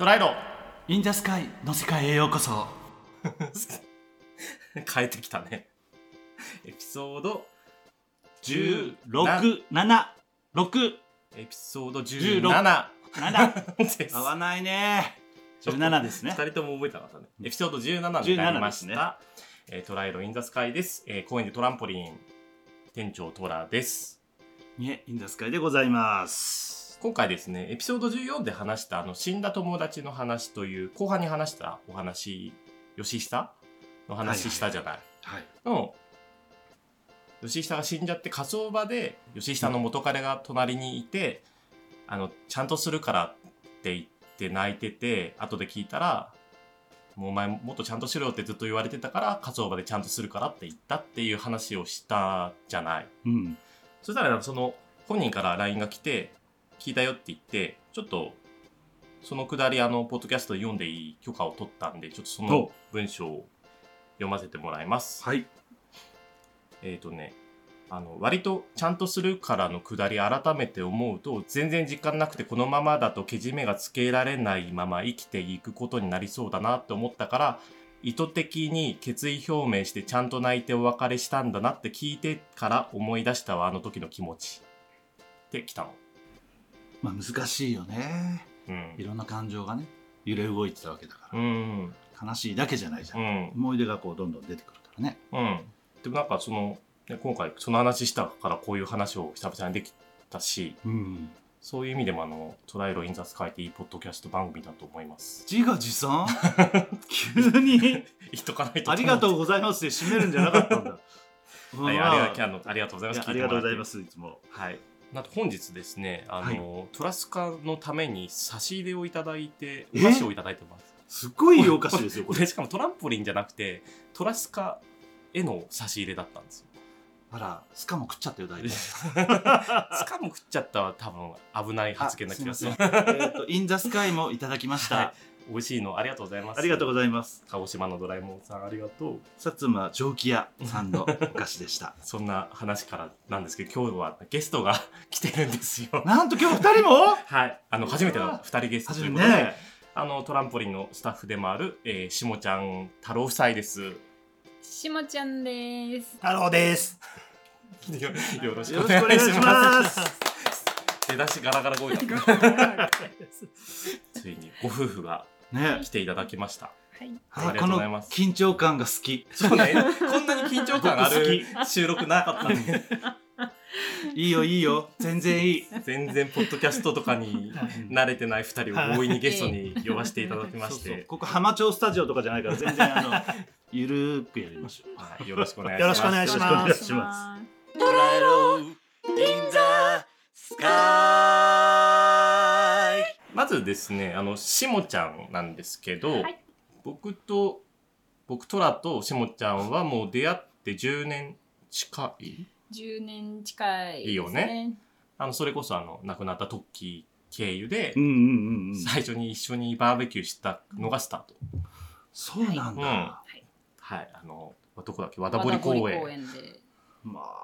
トライロインザスカイの世界へようこそ。 変えてきたね。エピソード 16、 7 7、6、 エピソード 16 17 7 です。 合わないね。17ですね。 2人とも覚えてなかったね。エピソード17になりました。トライロインザスカイです。公園でトランポリン店長トラです。 インザスカイでございます。 今回ですね、エピソード14で話した死んだ友達の話という後半に話したお話、吉久の話したじゃない。 はい。 の吉久が死んじゃって火葬場で吉久の元彼が隣にいて、ちゃんとするからって言って泣いてて、後で聞いたらもうお前もっとちゃんとしろよってずっと言われてたから火葬場でちゃんとするからって言ったっていう話をしたじゃない。 うん。 そしたらその本人から LINE が来て、聞いたよって言って、ちょっとそのくだりポッドキャストで読んでいい許可を取ったんで、ちょっとその文章を読ませてもらいます。 はい。 割とちゃんとするからのくだり改めて思うと、全然実感なくてこのままだとけじめがつけられないまま生きていくことになりそうだなって思ったから、意図的に決意表明してちゃんと泣いてお別れしたんだなって聞いてから思い出したわ、あの時の気持ちってきたの。 まあ難しいよね。 うん、 いろんな感情がね揺れ動いてたわけだから、 うん悲しいだけじゃないじゃん、 うん、 思い出がこうどんどん出てくるからね。 うん。でもなんか今回その話したからこういう話を久々にできたし、 うん、 そういう意味でもトライロインザスカイっていいポッドキャスト番組だと思います。 自画自賛急に言っとかないと。 ありがとうございますって締めるんじゃなかったんだ。 はい、ありがとうございます。 ありがとうございます。いつも。 はい。なんと本日ですね、 はい、 トラスカのために差し入れをいただいて、お菓子をいただいてます。 すごいいいお菓子ですよこれ。 しかもトランポリンじゃなくてトラスカへの差し入れだったんですよ。 あら、スカも食っちゃったよ大体。 スカも食っちゃったは多分危ない発言な気がする。 インザスカイもいただきました。はい、 美味しいのありがとうございます。 ありがとうございます。 鹿児島のドラえもんさんありがとう。 薩摩蒸気屋さんのお菓子でした。 そんな話からなんですけど、今日はゲストが来てるんですよ。 なんと今日2人もはい、初めての2人ゲストということで、ね、トランポリンのスタッフでもある、しもちゃん太郎夫妻です。 しもちゃんです。 太郎です。 よろしくお願いします。出だしガラガラ声だ。ついにご夫婦が来ていただきました。 はい、 ありがとうございます。 この緊張感が好き。 そうね、こんなに緊張感ある収録なかったね。 いいよいいよ、全然いい。 全然ポッドキャストとかに慣れてない2人を強引にゲストに呼ばせていただきまして、 ここ浜町スタジオとかじゃないから全然ゆるーくやりましょう。 はい、よろしくお願いします。 よろしくお願いします。 トライロインザスカイ。 まずですね、しもちゃんなんですけど、はい、僕トラとしもちゃんはもう出会って10年近い 10年近いですね。 いいよね。それこそ亡くなったトッキー経由で、最初に一緒にバーベキューしたのがスタート。 そうなんだ。 はい。はい、どこだっけ、和田堀公園で。 まあ、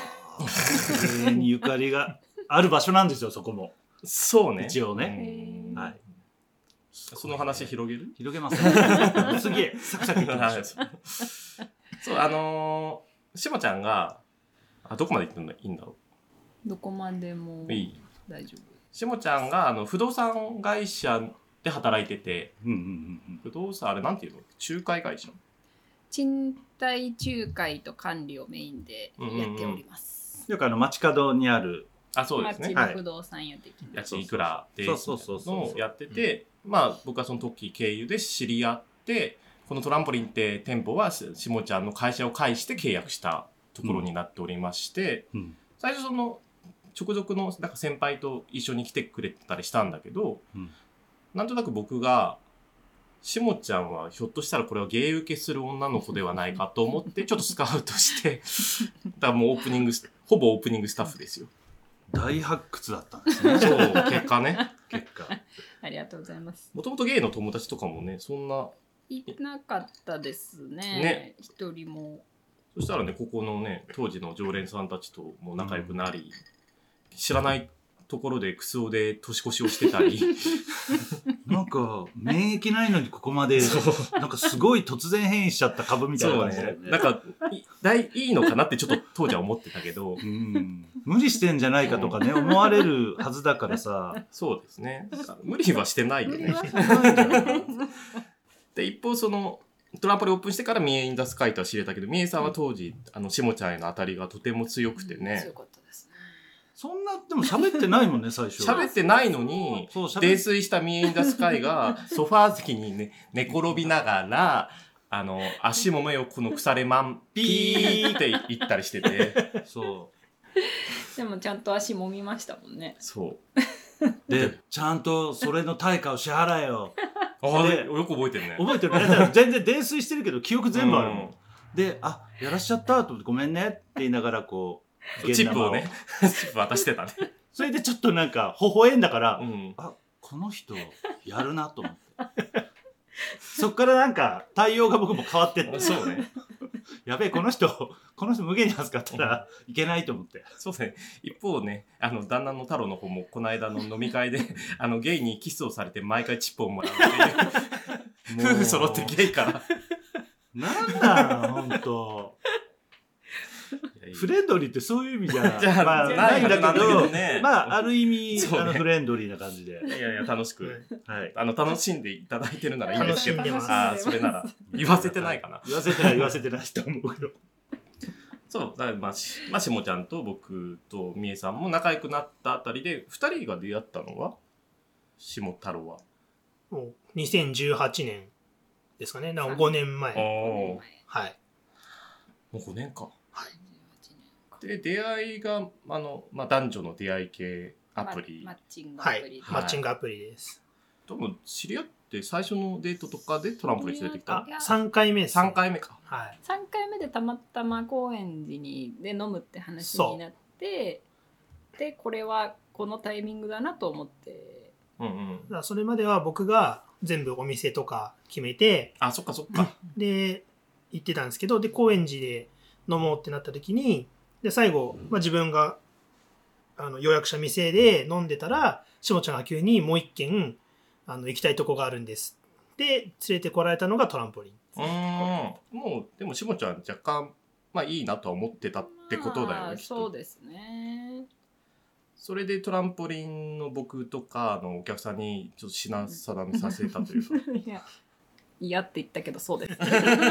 ゆかりがある場所なんですよ、そこも。 そうね。 一応ね。はい。 その話広げます。次へサクサクいきましょう。 そう、しもちゃんがどこまで行ってもいいんだろう。 どこまでもいい。 大丈夫。 しもちゃんが不動産会社で働いてて、不動産あれなんていうの？仲介会社？ 賃貸仲介と管理をメインでやっております。 よく街角にある。 そうですね。 町の不動産屋的な。 家賃いくらでのやってて、僕はその時経由で知り合って、このトランポリンって店舗はしもちゃんの会社を介して契約したところになっておりまして、最初直属のなんか先輩と一緒に来てくれてたりしたんだけど、なんとなく僕がしもちゃんはひょっとしたらこれは芸受けする女の子ではないかと思ってちょっとスカウトしてだからもうほぼオープニングスタッフですよ。 大発掘だったんですね。 そう、結果ね。 ありがとうございます。 もともと芸の友達とかもね、そんないなかったですね。一人も。 そしたらね、ここのね、当時の常連さんたちとも仲良くなり、知らないところでクソで年越しをしてたりなんか免疫ないのにここまでなんかすごい突然変異しちゃった株みたいな感じだよね。 なんかいいのかなってちょっと当時は思ってたけど、 無理してんじゃないかとかね、思われるはずだからさ。 そうですね。無理はしてないよね。で一方そのトランポリンオープンしてからミエインザスカイとは知れたけど、ミエさんは当時しもちゃんへの当たりがとても強くてね。 強かったですね。 そんなでも喋ってないもんね最初。 喋ってないのに泥酔したミエインザスカイがソファー席に、ね、寝転びながら足もめをこの腐れまんピーって言ったりしててそうでもちゃんと足もみましたもんね。 そうでちゃんとそれの対価を支払えよよく覚えてるね。 覚えてるね。全然泥酔してるけど記憶全部あるもん。でやらしちゃったと思ってごめんねって言いながらこうチップをねチップ渡してたね。 それでちょっとなんか微笑んだから、この人やるなと思ってそっからなんか対応が僕も変わってってそうねやべえこの人無限に扱ったらいけないと思って。 そうね。一方ね旦那の太郎の方もこの間の飲み会でゲイにキスをされて毎回チップをもらうっていう夫婦揃ってゲイからなんだほんとフレンドリーってそういう意味じゃないんだけど、ある意味、フレンドリーな感じで。 いや楽しく、楽しんでいただいてるならいいですけど、 それなら言わせてないかな。 言わせてないと思うけど。 そうだからしもちゃんと僕とみえさんも仲良くなったあたりで2人が出会ったのはしも太郎はもう2018年ですかね。だから5年前。はい。 もう5年か。で出会いが男女の出会い系アプリ、 マッチングアプリ、 マッチングアプリです。 多分知り合って最初のデートとかでトランポリン連れてきた。 3回目です、ね。 3回目か。 はい。3回目でたまたま高円寺で飲むって話になって、でこれはこのタイミングだなと思って。 だからそれまでは僕が全部お店とか決めて、 そっかで行ってたんですけど、で高円寺で飲もうってなった時に。で最後、自分が予約した店で飲んでたらしもちゃんが急にもう一軒行きたいとこがあるんですで連れてこられたのがトランポリン。 もうでもしもちゃん若干いいなとは思ってたってことだよね。 そうですね。 それでトランポリンの僕とかお客さんにちょっと品定めさせたというか嫌って言ったけどそうです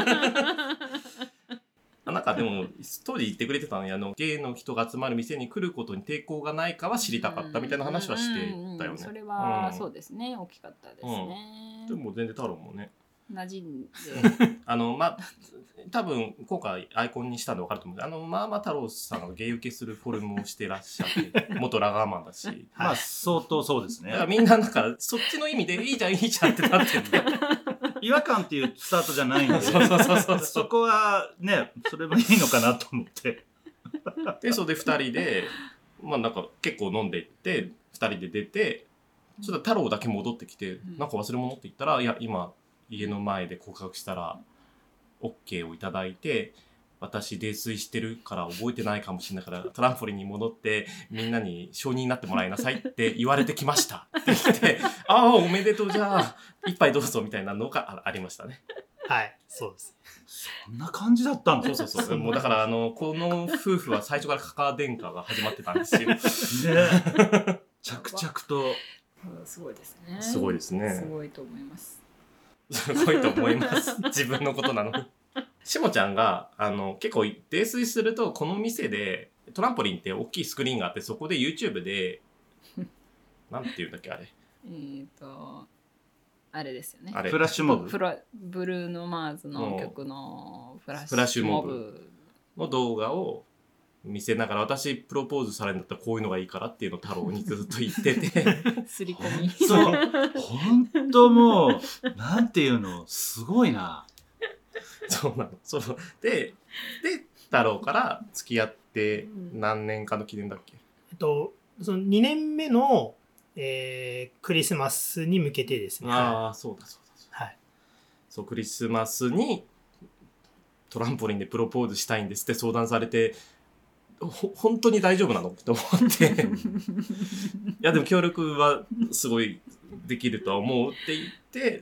なんかでも当時言ってくれてたのにゲイの人が集まる店に来ることに抵抗がないかは知りたかったみたいな話はしてたよね。 それはそうですね、大きかったですね。 でも全然太郎もね馴染んで多分今回アイコンにしたんで分かると思うんで太郎さんがゲイ受けするフォルムをしてらっしゃって元ラガーマンだし相当そうですね。 だからみんなだからそっちの意味でいいじゃんってなってるんだ違和感っていうスタートじゃないんでそこはねそれもいいのかなと思ってでそれで2人でなんか結構飲んでいって2人で出てちょっと太郎だけ戻ってきてなんか忘れ物って言ったらいや今家の前で告白したら OK をいただいて私泥酔してるから覚えてないかもしれないからトランポリンに戻ってみんなに承認になってもらいなさいって言われてきましたって言っておめでとうじゃあ一杯どうぞみたいなのがありましたね。 はいそうです。 そんな感じだったんだ。 そうもうだからこの夫婦は最初からカカア殿下が始まってたんですよ。 着々とすごいですね。 すごいですね。 すごいと思います。 すごいと思います。自分のことなのに。しもちゃんが結構泥酔するとこの店でトランポリンって大きいスクリーンがあってそこで YouTube でなんていうんだっけあれあれですよね。 フラッシュモブブルーノマーズの曲のフラッシュモブの動画を見せながら私プロポーズされるんだったらこういうのがいいからっていうのを太郎にずっと言っててすり込みそう本当もうなんていうのすごいな。 そうなの。そうで太郎から付き合って何年かの記念だっけ？ その2年目の、クリスマスに向けてですね。 そうだ。 はい。 そうクリスマスにトランポリンでプロポーズしたいんですって相談されて本当に大丈夫なのって思っていやでも協力はすごいできるとは思うって言って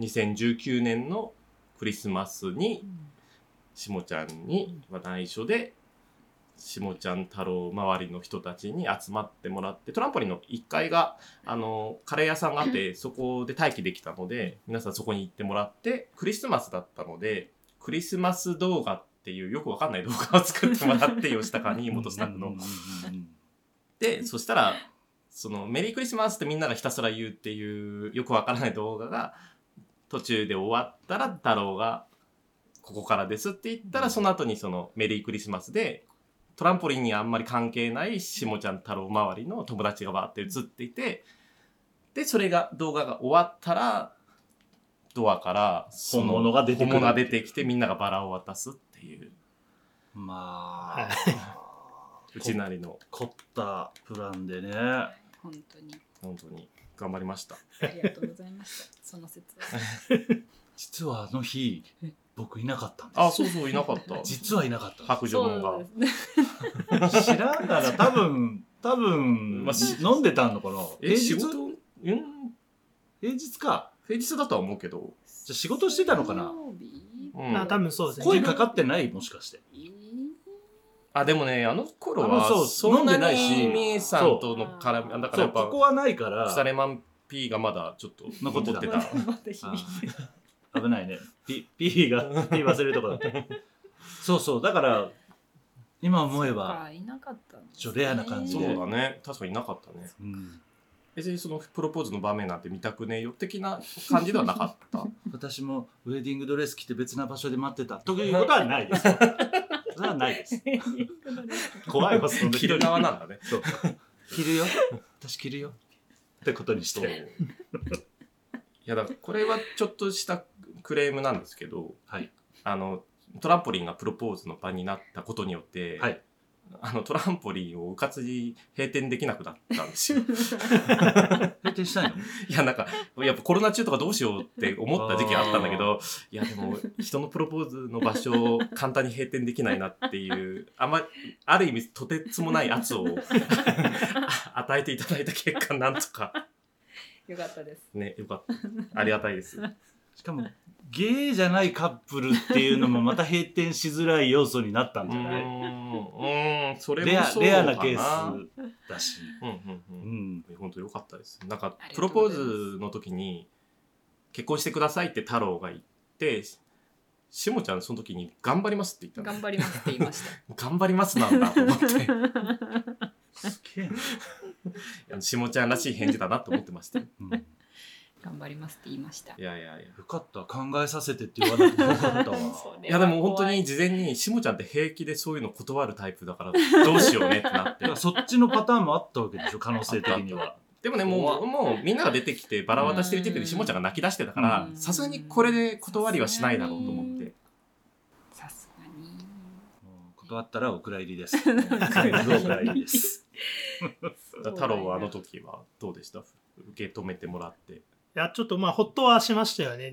2019年のクリスマスにしもちゃんに内緒でしもちゃん太郎周りの人たちに集まってもらってトランポリンの1階がカレー屋さんがあってそこで待機できたので皆さんそこに行ってもらってクリスマスだったのでクリスマス動画っていうよくわかんない動画を作ってもらって吉高に元スタッフの。でそしたらそのメリークリスマスってみんながひたすら言うっていうよくわからない動画が途中で終わったら太郎がここからですって言ったらその後にそのメリークリスマスでトランポリンにあんまり関係ないしもちゃん太郎周りの友達がバーって映っていてでそれが動画が終わったらドアから本物が出てきてみんながバラを渡すっていうまあうちなりの凝ったプランでね本当に頑張りましたありがとうございましたその説は実はあの日僕いなかったんですあそういなかった実はいなかった白状門が知らんなら多分、まあ、飲んでたのかな仕事平日か平日だとは思うけどじゃ仕事してたのかな、 多分そうですね声かかってないもしかしてでもねあの頃はそんなにみえさんとの絡みだからやっぱここはないから腐れマン P がまだちょっと残ってた危ないね P 忘れるとこだったそうだから今思えばいなかったちょレアな感じそうでだね確かにいなかったね、別にそのプロポーズの場面なんて見たくねえよ的な感じではなかった私もウェディングドレス着て別な場所で待ってたということはないですそれはないです怖いわそんな着る側なんだねそう着るよ私着るよってことにしていやだからこれはちょっとしたクレームなんですけど、 はい、 トランポリンがプロポーズの場になったことによって、 はい、 トランポリンをうかつに閉店できなくなったんですよ閉店したいの？ いやなんかやっぱコロナ中とかどうしようって思った時期があったんだけどいやでも人のプロポーズの場所を簡単に閉店できないなっていうある意味とてつもない圧を与えていただいた結果なんとかよかったですねよかったありがたいですしかもゲイじゃないカップルっていうのもまた閉店しづらい要素になったんじゃないそれもそうかなレアなケースだし本当よかったですなんかプロポーズの時に結婚してくださいって太郎が言ってしもちゃんその時に頑張りますって言った頑張りますって言いました頑張りますなんだと思ってすげえなしもちゃんらしい返事だなと思ってました、 頑張りますって言いました。 いやよかった考えさせてって言わなくてよかったわいやでも本当に事前にしもちゃんって平気でそういうの断るタイプだからどうしようねってなってそっちのパターンもあったわけでしょ可能性的にはでもねもうみんなが出てきてバラ渡してる時点でしもちゃんが泣き出してたからさすがにこれで断りはしないだろうと思ってさすがに断ったらお蔵入りですお蔵入りです太郎はあの時はどうでした受け止めてもらっていやちょっとほっとはしましたよね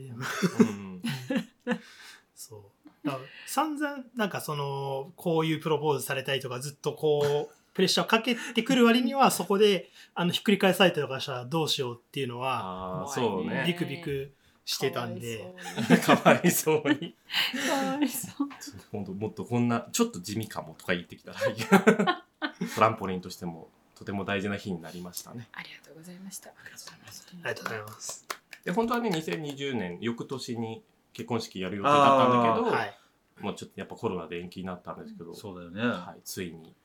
そう散々なんかこういうプロポーズされたりとかずっとこうプレッシャーをかけてくる割にはそこでひっくり返されたりとかしたらどうしようっていうのはそうねビクビクしてたんでかわいそうにかわいそう本当もっとこんなちょっと地味かもとか言ってきたらトランポリンとしてもとても大事な日になりましたねありがとうございましたありがとうございますで本当はね2020年翌年に結婚式やる予定だったんだけど、はい、もうちょっとやっぱコロナで延期になったんですけど、 そうだよね、 はい、ついに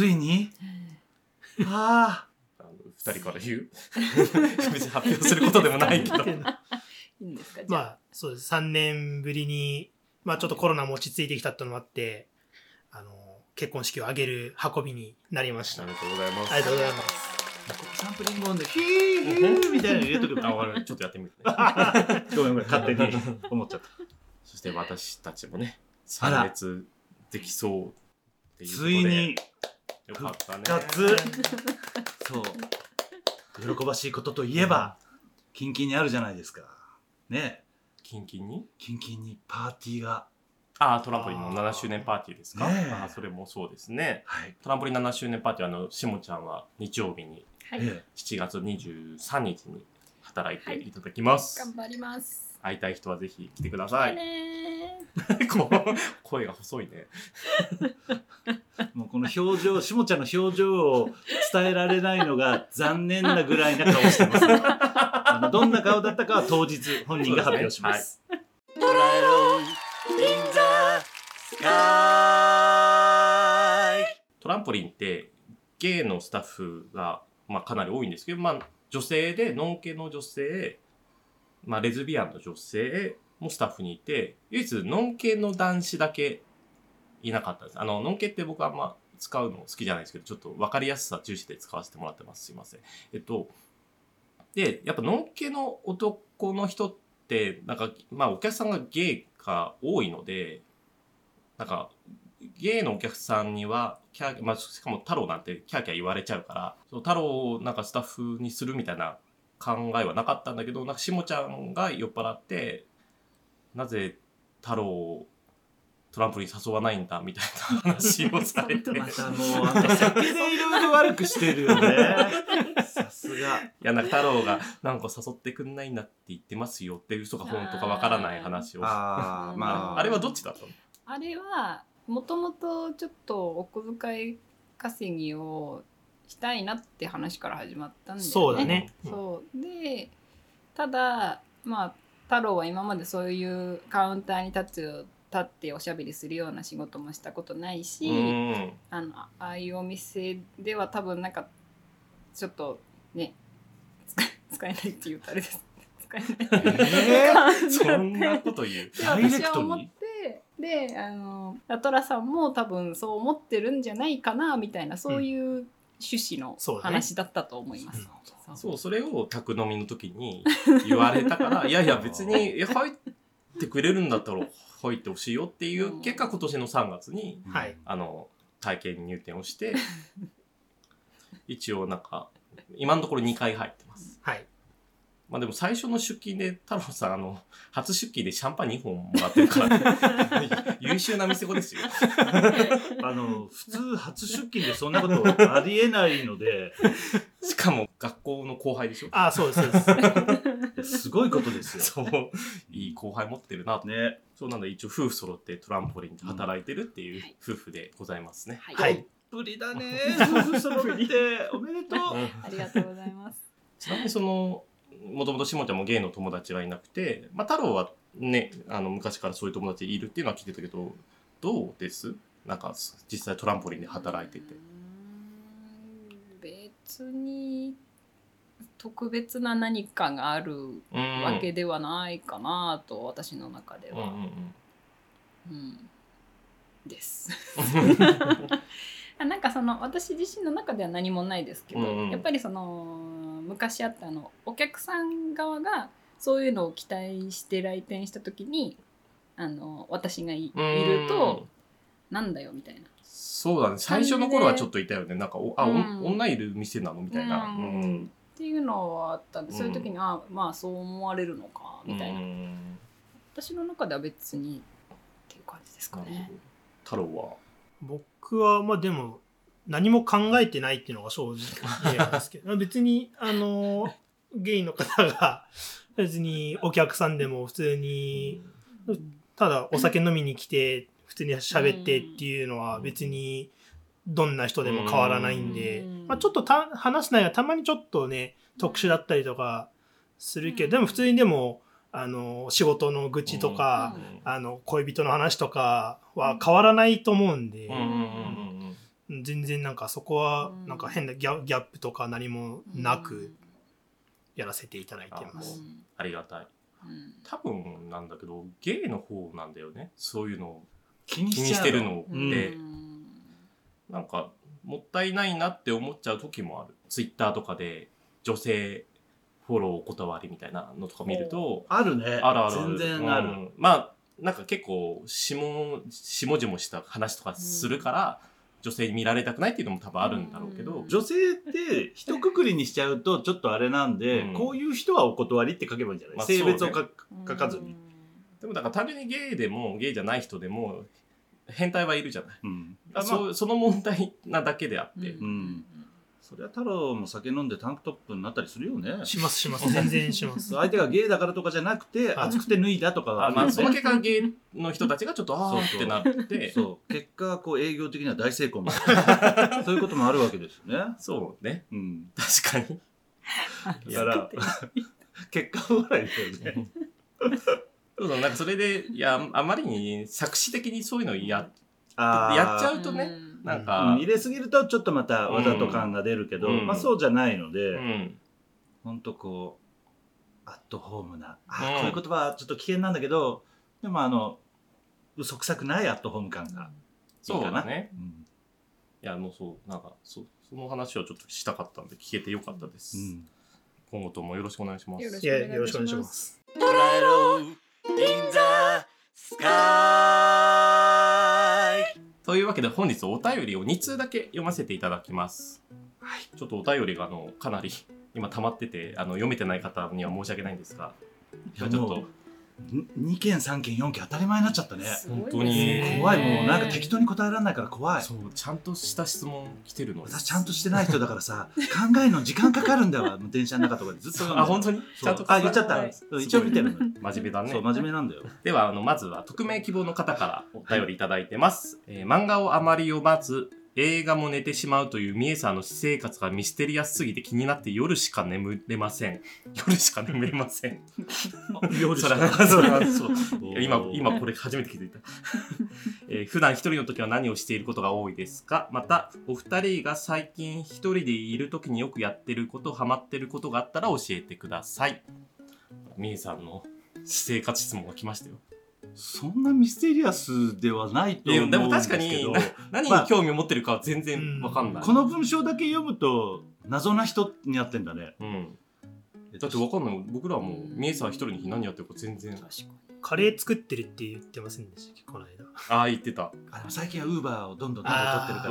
ああ 2人から言う別に発表することでもないけどいいんですかじゃあそうです3年ぶりにちょっとコロナも落ち着いてきたってのもあって結婚式を挙げる運びになりました。 ありがとうございます。 ありがとうございます。 サンプリング音でヒーみたいなの入れとけばちょっとやってみるね。 ごめん勝手に思っちゃった。 そして私たちもね参列できそうっていうことでついによかったね。 そう喜ばしいことといえばキンキンにあるじゃないですかね。 キンキンにパーティーがトランポリンの7周年パーティーですか。それもそうですね。トランポリン7周年パーティーはしもちゃんは日曜日に7月23日に働いていただきます。 頑張ります。 会いたい人はぜひ来てください。声が細いね。 もうこの表情、しもちゃんの表情を伝えられないのが残念なぐらいな顔してます、ね。どんな顔だったかは当日本人が発表します。 トランポリンってゲイのスタッフが、かなり多いんですけど、女性でノンケの女性、レズビアンの女性もスタッフにいて、唯一ノン系の男子だけいなかったです。ノン系って僕あんま使うの好きじゃないですけど、ちょっと分かりやすさ重視で使わせてもらってます。すいません。で、やっぱノン系の男の人って、お客さんがゲイが多いので、ゲイのお客さんには、しかも太郎なんてキャーキャー言われちゃうから、太郎をスタッフにするみたいな考えはなかったんだけど、しもちゃんが酔っ払って、なぜ太郎をトランポリン誘わないんだみたいな話をされて。 またもう、酒でいろいろ悪くしてるよね。さすが。 いや、太郎が誘ってくんないんだって言ってますよっていう人が本当かわからない話を。あれはどっちだったの？ あれは、もともとちょっとお小遣い稼ぎをしたいなって話から始まったんだよね。 そうだね。 そうで、ただ太郎は今までそういうカウンターに立っておしゃべりするような仕事もしたことないし、ああいうお店では多分ちょっとね使えないって言うとあれです。使えない。 そんなこと言う。 私は思って。でラトラさんも多分そう思ってるんじゃないかなみたいな、そういう趣旨の話だったと思います。 それを宅飲みの時に言われたからいや別に入ってくれるんだったら入ってほしいよっていう結果、今年の3月に、体験入店をして一応今のところ2回入ってます。でも最初の出勤で太郎さん初出勤でシャンパン2本もらってるから優秀な店子ですよ。 普通初出勤でそんなことありえないので、 しかも学校の後輩でしょ。 そうです。 すごいことですよ。 そう、いい後輩持ってるなと。ね、そうなんだ。一応夫婦揃ってトランポリンで働いてるっていう夫婦でございますね。 はい。ぶりだね。夫婦揃っておめでとう。 ありがとうございます。 ちなみにもともとしもちゃんもゲイの友達はいなくて、太郎はね、昔からそういう友達いるっていうのは聞いてたけど、どうです？実際トランポリンで働いてて。 別に特別な何かがあるわけではないかなと、私の中では。です。私自身の中では何もないですけど、やっぱり昔あったお客さん側がそういうのを期待して来店した時に私がいるとなんだよみたいな。 そうだね、最初の頃はちょっといたよね。女いる店なのみたいな、 っていうのはあったんで、そういう時にそう思われるのかみたいな。私の中では別にっていう感じですかね。 太郎は？ 僕はでも何も考えてないっていうのが正直なんですけど別にゲイの方が別にお客さんでも普通にただお酒飲みに来て普通に喋ってっていうのは別にどんな人でも変わらないんで、ちょっと話す内容はたまにちょっとね特殊だったりとかするけど、でも普通にでも仕事の愚痴とか、恋人の話とかは変わらないと思うんで、全然そこは変なギャップとか何もなくやらせていただいてます。 ありがたい。多分なんだけどゲイの方なんだよね、そういうのを気にしてるので、もったいないなって思っちゃう時もある。ツイッターとかで女性フォローお断りみたいなのとか見るとあるね。 ある全然ある。 結構下々した話とかするから、女性に見られたくないっていうのも多分あるんだろうけど、 女性って一括りにしちゃうとちょっとあれなんで、こういう人はお断りって書けばいいんじゃない？性別を書かずに。 でもだから単純にゲイでもゲイじゃない人でも変態はいるじゃない、その問題なだけであって、 そりゃ太郎も酒飲んでタンクトップになったりするよね。 します全然します。 相手がゲイだからとかじゃなくて熱くて脱いだとか、 その結果ゲイの人たちがちょっとってなってそう結果こう営業的には大成功みたいなそういうこともあるわけですよね。 そうね、確かに。 だから結果笑いだよね。 そうなんかそれであまりに作詞的にそういうのやっちゃうとね、なんか、 入れすぎるとちょっとまたわざと感が出るけど、そうじゃないので、ほんとこうアットホームな、こういう言葉はちょっと危険なんだけど、でも嘘くさくないアットホーム感がいいかな。 そうだね。いやもうそうなんかその話をちょっとしたかったんで聞けてよかったです。今後ともよろしくお願いします。 よろしくお願いします。 というわけで本日お便りを2通だけ読ませていただきます。ちょっとお便りがかなり今溜まってて読めてない方には申し訳ないんですが、ちょっと 2件3件4件当たり前になっちゃったね。 本当に怖い。もうなんか適当に答えられないから怖い。 そうちゃんとした質問来てるの。 私ちゃんとしてない人だからさ考えるの時間かかるんだわ。電車の中とかでずっと読んで。 本当にちゃんと言っちゃった。一応見てるの。 真面目だね。 そう真面目なんだよ。 ではまずは匿名希望の方からお便りいただいてます。漫画をあまり読まず映画も寝てしまうというみえさんの私生活がミステリアスすぎて気になって夜しか眠れません。夜しか眠れません。夜しかそう今これ初めて気づいた。普段一人の時は何をしていることが多いですか？またお二人が最近一人でいる時によくやってることハマってることがあったら教えてください。みえさんの私生活質問が来ましたよ。 そんなミステリアスではないと思うんですけど、 でも確かに何に興味を持ってるかは全然わかんない。 この文章だけ読むと謎な人になってんだね。 だってわかんない。僕らはもうみえさん一人に何やってるか全然。 カレー作ってるって言ってませんでしたこの間。 言ってた。 最近はウーバーをどんどん取ってるから。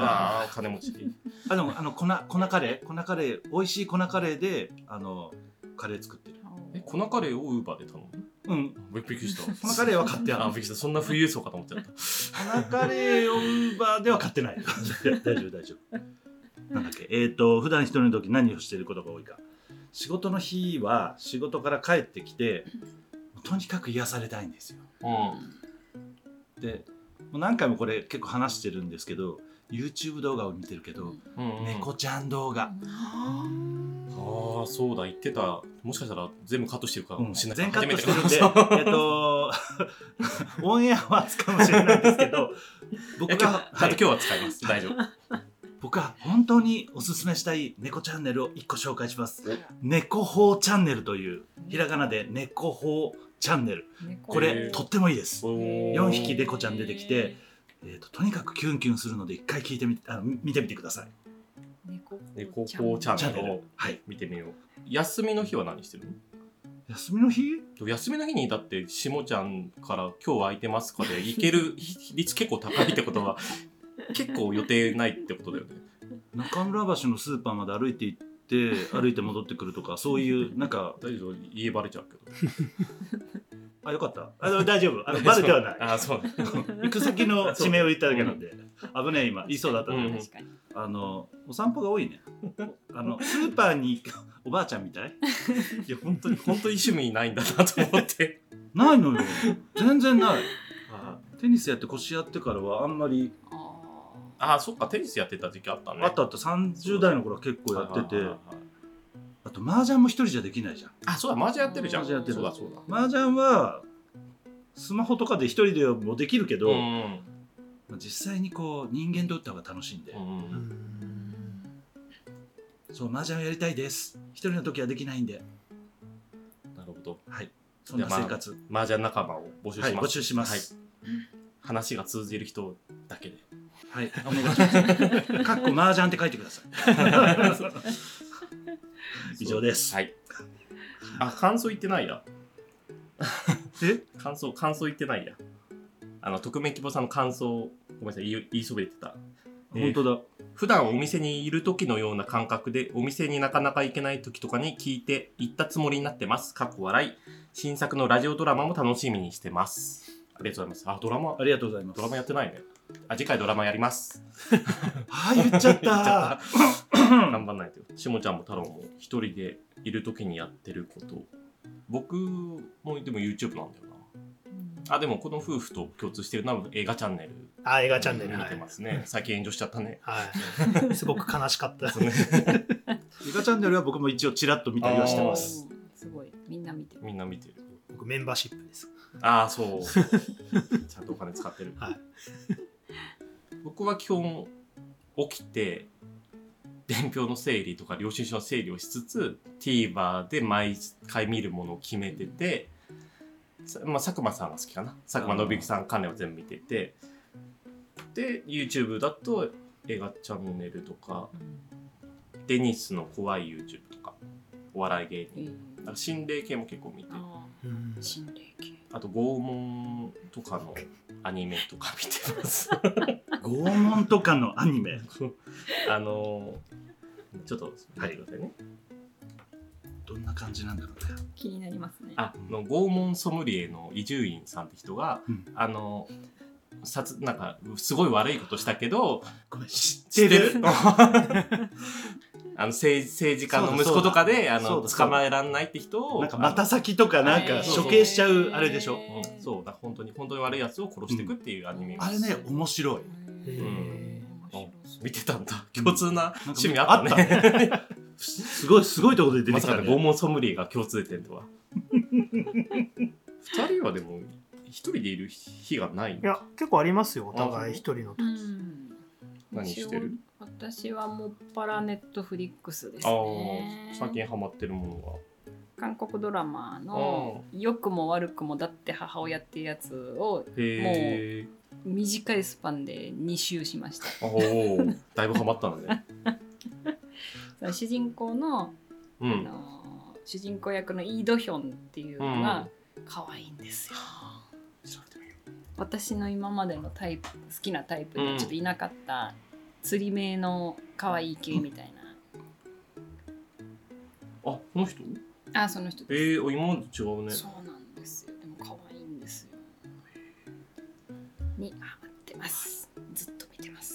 金持ち。 粉カレー美味しい粉カレーでカレー作ってる。 粉カレーをウーバーで頼む？びっくりした。 粉カレーは買ってある。 びっくりした。そんな富裕層かと思っちゃった。 粉カレーをウーバーでは買ってない。大丈夫。なんだっけ。普段一人の時何をしていることが多いか。仕事の日は仕事から帰ってきてとにかく癒されたいんですよ。でもう何回もこれ結構話してるんですけど YouTube 動画を見てるけど、猫ちゃん動画。 そうだ言ってた。もしかしたら全部カットしてるかもしれない。 全カットしてるんでオンエアは使うかもしれないですけど僕が今日は使います。大丈夫。 僕は本当におすすめしたい猫チャンネルを1個紹介します。猫法チャンネルというひらがなで猫法チャンネル。これとってもいいです。4匹猫ちゃん出てきて、とにかくキュンキュンするので1回聞いて見てみてください。 猫法チャンネルを見てみよう。休みの日は何してるの？ 休みの日にだってしもちゃんから今日空いてますかで行ける率結構高いってことは結構予定ないってことだよね。 中村橋のスーパーまで歩いて行って歩いて戻ってくるとかそういうなんか大丈夫家バレちゃうけどよかった大丈夫バレてはないそう行く先の地名を言っただけなんで危ねえ今言いそうだったね。お散歩が多いね。スーパーにおばあちゃんみたい。 いや本当に趣味ないんだなと思ってないのよ全然ない。テニスやって腰やってからはあんまり。 そっかテニスやってた時期あったね。 あった30代の頃は結構やってて。あと麻雀も一人じゃできないじゃん。 そうだ麻雀やってるじゃん。 そうだ麻雀はスマホとかで一人でもできるけど、実際にこう人間と打った方が楽しいんで。そう麻雀をやりたいです。一人の時はできないんで。 なるほど。 そんな生活。 麻雀仲間を募集します。 募集します。 話が通じる人だけで。 お願いします。かっこ麻雀って書いてください。以上です。 感想言ってないや。感想言ってないや。匿名希望さんの感想ごめんなさい言いそびれてた。 本当だ。 普段お店にいる時のような感覚でお店になかなか行けない時とかに聞いて行ったつもりになってます。かっこ笑い。 新作のラジオドラマも楽しみにしてます。ありがとうございます。あ、ドラマありがとうございます。 ドラマやってないね。あ、次回ドラマやります。 言っちゃった。 頑張んないと。しもちゃんも太郎も一人でいる時にやってること。僕もでも YouTube なんだよな。あ、でもこの夫婦と共通してるのは映画チャンネル。 あ、映画チャンネル見てますね。最近炎上しちゃったね。 はい。すごく悲しかったですね。 映画チャンネルは僕も一応チラッと見たりはしてます。 すごい。みんな見てる。 みんな見てる。 僕メンバーシップです。 ああ、そう。ちゃんとお金使ってる。 はい。 僕は基本起きて伝票の整理とか領収書の整理をしつつ TVer で毎回見るものを決めてて、まあ、佐久間さんが好きかな。佐久間信之さん関連を全部見てて、で YouTube だと映画チャンネルとか、デニスの怖い YouTube とかお笑い芸人、なんか心霊系も結構見て、 心霊系、 あと拷問とかのアニメとか見てます拷問とかのアニメちょっと入ってくださいね。 どんな感じなんだろうね。 気になりますね。 拷問ソムリエの伊集院さんって人が、なんかすごい悪いことしたけど、 ごめん、知ってる政治家の息子とかで捕まえらんないって人をなんか股先とかなんか処刑しちゃうあれでしょ。 そうだ、本当に悪いやつを殺していくっていうアニメ、 あれね、面白い。 見てたんだ。共通な趣味あったね。 すごいところで出てきたね。 まさか拷問ソムリエが共通点とは。2人はでも一人でいる日がない。 いや、結構ありますよ、お互い一人の時。 何してる？ 私はもっぱらネットフリックスですね。最近ハマってるものは韓国ドラマの良くも悪くもだって母親っていうやつをもう短いスパンで2周しました。 だいぶハマったんだね。 主人公の、主人公役のイ・ドヒョンっていうのが可愛いんですよ。私の今までのタイプ、好きなタイプにちょっといなかった釣り目の可愛い系みたいな。 あ、この人？ あ、その人です。 今まで違うね。 そうなんですよ。でも可愛いんですよ。にハマってます。ずっと見てます。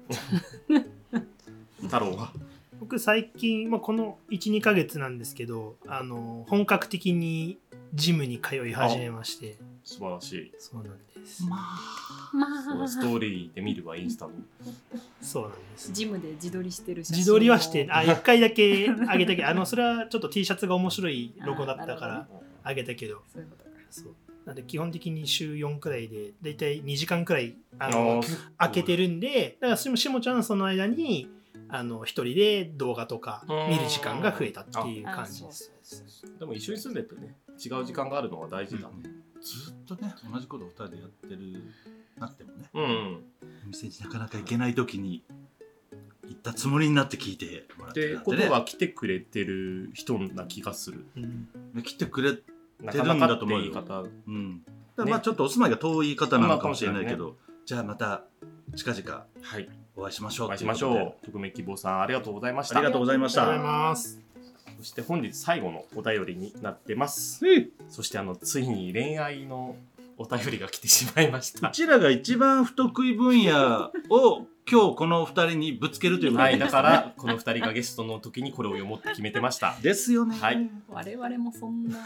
太郎は？ 僕最近、この 1,2 ヶ月なんですけど、本格的にジムに通い始めまして。 素晴らしい。 そうなんです。 ストーリーで見るわ、インスタの。 そうなんです。 ジムで自撮りしてる写真。 自撮りはして、1回だけあげたけど、それはちょっと T シャツが面白いロゴだったからあげたけど、 そういうことか。 そう。なんで基本的に週4くらいで、だいたい2時間くらい開けてるんで、だからしもちゃんはその間に、一人で動画とか見る時間が増えたっていう感じです。 でも一緒に住んでてね、違う時間があるのは大事だね。 ずっとね、同じことを2人でやってるなってもね、 お店になかなか行けない時に行ったつもりになって聞いてもらってるってことは来てくれてる人な気がする。 来てくれてるんだと思うよ。まあちょっとお住まいが遠い方なのかもしれないけど、じゃあまた近々お会いしましょう。 匿名希望さん、ありがとうございました。 ありがとうございました。 そして本日最後のお便りになってます。そしてついに恋愛のお便りが来てしまいました。 うちらが一番不得意分野を今日この2人にぶつけるということですね。 だからこの2人がゲストの時にこれを読もうって決めてました。 ですよね。 我々もそんな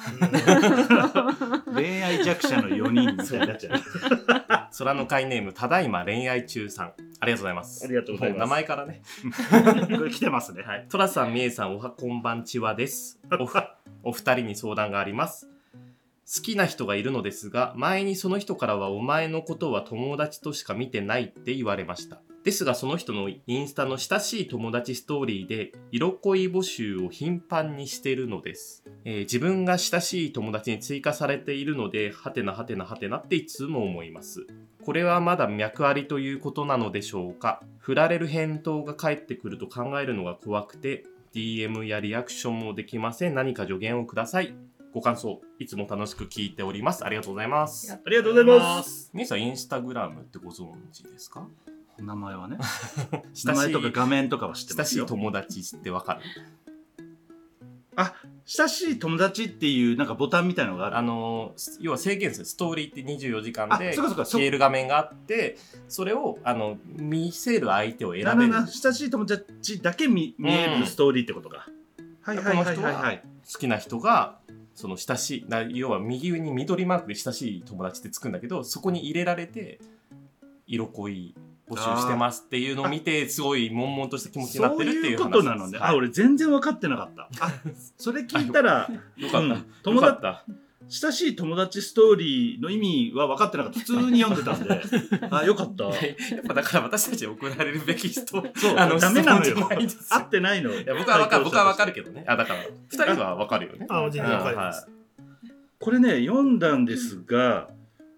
恋愛弱者の4人みたいになっちゃう。 空の会ネームただいま恋愛中さん、ありがとうございます。 ありがとうございます。 名前からねこれ来てますね。 トラさん、みえさん、おはこんばんちはです。お二人に相談があります。好きな人がいるのですが、前にその人からはお前のことは友達としか見てないって言われました。ですがその人のインスタの親しい友達ストーリーで色恋募集を頻繁にしているのです。自分が親しい友達に追加されているので、はてなはてなはてなっていつも思います。これはまだ脈ありということなのでしょうか。振られる返答が返ってくると考えるのが怖くて、DM やリアクションもできません。何か助言をください。ご感想いつも楽しく聞いております。ありがとうございます。 ありがとうございます。 みえさん、インスタグラムってご存知ですか？ 名前はね名前とか画面とかは知ってますよ。 親しい友達ってわかる？ 親しい友達っていうなんかボタンみたいなのがある。 要は制限ですよ。ストーリーって24時間でそうかそうか消える画面があって、それを見せる相手を選べる。 親しい友達だけ見えるストーリーってことか。はいはいはいはいはい。 好きな人がその親しい要は右上に緑マークで親しい友達ってつくんだけど、そこに入れられて色恋募集してますっていうのを見て、すごい悶々とした気持ちになってるっていう話です。 そういうことなのね。俺全然分かってなかった。それ聞いたらよかった。 親しい友達ストーリーの意味は分かってなかった。普通に読んでたんでよかった。 やっぱだから私たちに送られるべき人そうダメなのよ。合ってないの。 僕は分かるけどね。だから2人は分かるよね。 全然分かります。 これね読んだんですが、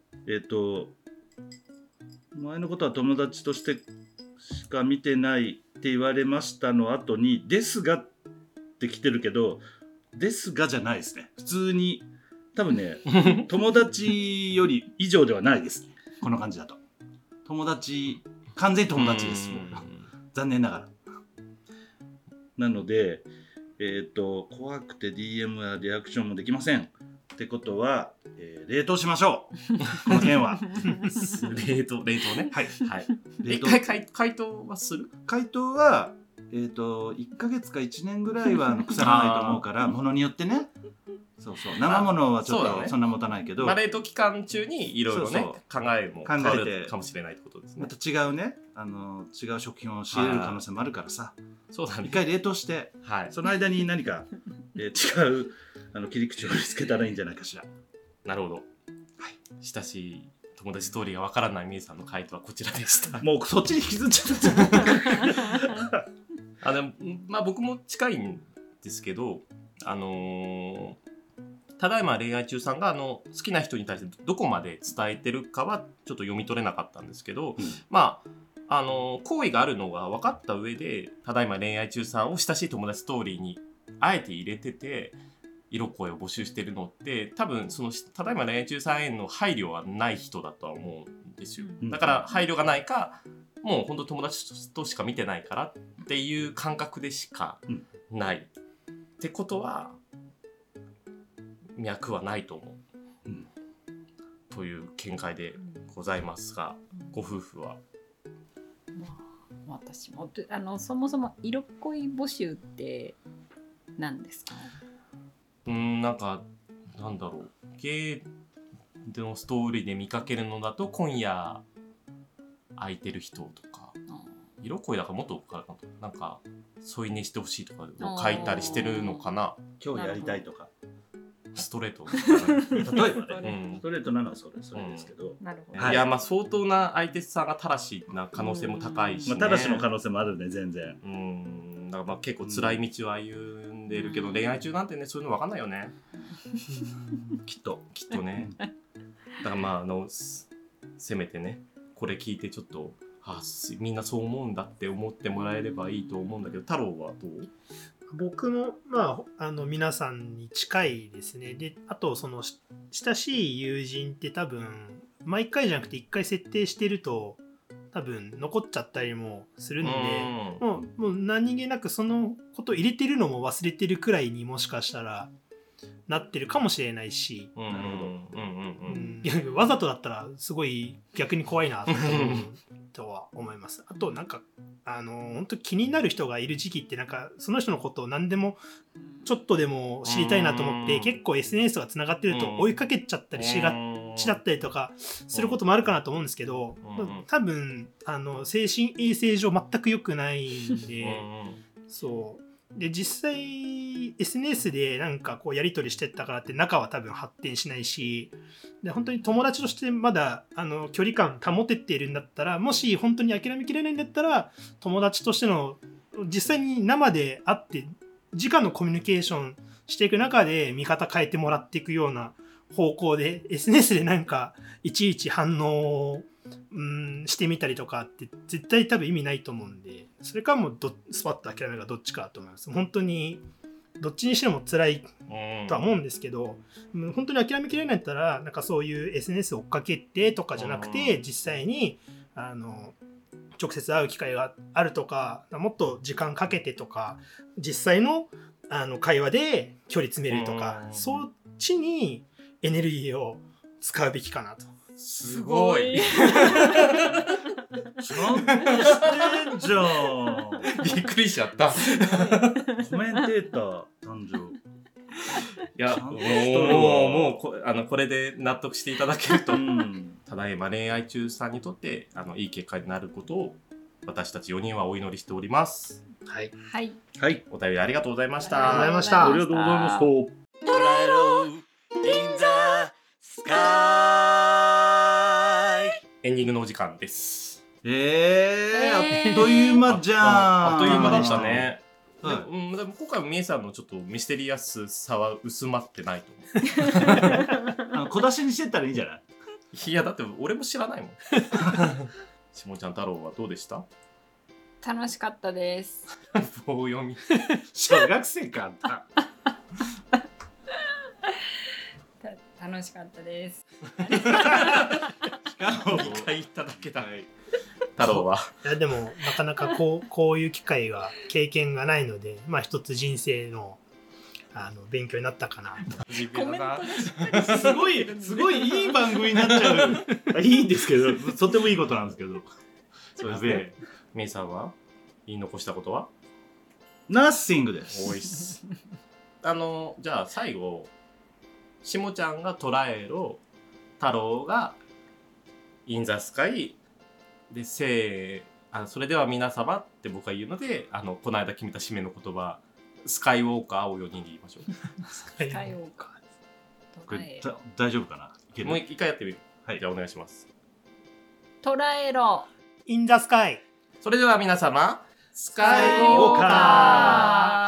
前のことは友達としてしか見てないって言われましたの後にですがって来てるけど、ですがじゃないですね。普通に多分ね友達より以上ではないです、ね、この感じだと完全に友達です。残念ながら。なので怖くて DM やリアクションもできませんってことは、冷凍しましょうこの件は。 冷凍ね。はい。一回回答はする？ 回答は1ヶ月か1年ぐらいは腐らないと思うからものによってね。そう生ものはちょっとそんな持たないけど、 冷凍期間中にいろいろね考えも変わるかもしれないってことですね。 また違うね違う食品を仕入れる可能性もあるからさ、 そうだね、 一回冷凍して、その間に何か、違う切り口を見つけたらいいんじゃないかしら。 なるほど、親しい友達ストーリーがわからないみゆさんの回答はこちらでした。 もうそっちに引きずっちゃったでも僕も近いんですけど、ただいま恋愛中さんが好きな人に対してどこまで伝えてるかはちょっと読み取れなかったんですけど、好意があるのが分かった上でただいま恋愛中さんを親しい友達ストーリーにあえて入れてて色恋を募集してるのって多分そのただいま恋愛中さんへの配慮はない人だとは思うんですよ。だから配慮がないかもう本当友達としか見てないからっていう感覚でしかない、ってことは脈はないと思う、という見解でございますが、ご夫婦は？ 私もそもそも色恋募集って何ですか？ なんだろう、ゲイのストーリーで見かけるのだと今夜空いてる人とか、色恋だからもっとなんか添い寝してほしいとかを書いたりしてるのかな。 今日やりたいとかストレート例えばね、ストレートなのはそれですけど、 なるほど。 いや相当な相手さんがたらしな可能性も高いし、ね、 たらしの可能性もあるね全然。 だから結構辛い道を歩んでるけど、恋愛中なんてねそういうの分かんないよねきっとね。だからせめてねこれ聞いてちょっとみんなそう思うんだって思ってもらえればいいと思うんだけど、太郎はどう？ 僕も皆さんに近いですね。であとその親しい友人って多分毎回じゃなくて1回設定してると多分残っちゃったりもするんで、もう何気なくそのこと入れてるのも忘れてるくらいにもしかしたらなってるかもしれないし、わざとだったらすごい逆に怖いなとは思います。あと本当気になる人がいる時期ってその人のことを何でもちょっとでも知りたいなと思って結構 SNS がつながってると追いかけちゃったりしがちだったりとかすることもあるかなと思うんですけど、多分精神衛生上全く良くないんで、そうで実際 SNS でやり取りしてったからって仲は多分発展しないし、で本当に友達としてまだ距離感保てているんだったら、もし本当に諦めきれないんだったら友達としての実際に生で会って直のコミュニケーションしていく中で見方変えてもらっていくような方向で SNS でいちいち反応をしてみたりとかって絶対多分意味ないと思うんで、それからもうスパッと諦めるかどっちかと思います。本当にどっちにしても辛いとは思うんですけど、本当に諦めきれないんだったらそういう SNS を追っかけてとかじゃなくて、実際に直接会う機会があるとか、もっと時間かけてとか実際の会話で距離詰めるとか、そっちにエネルギーを使うべきかなと。 すごい。 ちゃんとしてんじゃん。 びっくりしちゃった。 コメンテーター誕生。 いや、もうこれで納得していただけると、ただいま恋愛中さんにとっていい結果になることを私たち4人はお祈りしております。 はい。 はい。 はい。 お便りありがとうございました。 ありがとうございました。 ありがとうございました。 捉えろ in the sky。 エンディングのお時間です。 あっという間じゃん。 あっという間だったね。 はいでも今回もみえさんのちょっとミステリアスさは薄まってないと思う。 小出しにしてったらいいんじゃない？ いやだって俺も知らないもん。しもちゃん太郎はどうでした？ 楽しかったです。 棒読み。 小学生か。 楽しかったです。 しかも 2回言っただけだ。太郎は。 いやでもなかなかこういう機会は経験がないので、まあ一つ人生の勉強になったかなと。 コメントがしっかりしてすごいいい番組になっちゃう。いいんですけど、とてもいいことなんですけど。 そうですね。みえさんは言い残したことは？ Nothing です。 多いっす。じゃあ最後しもちゃんが捉えろ、太郎がインザスカイでそれでは皆様って僕が言うので、この間決めた締めの言葉スカイウォーカーを4人で言いましょう。 スカイウォーカー。 これ大丈夫かな？いける？ もう一回やってみる。 はい。 じゃあお願いします。 捉えろ。 インザスカイ。 それでは皆様スカイウォーカー。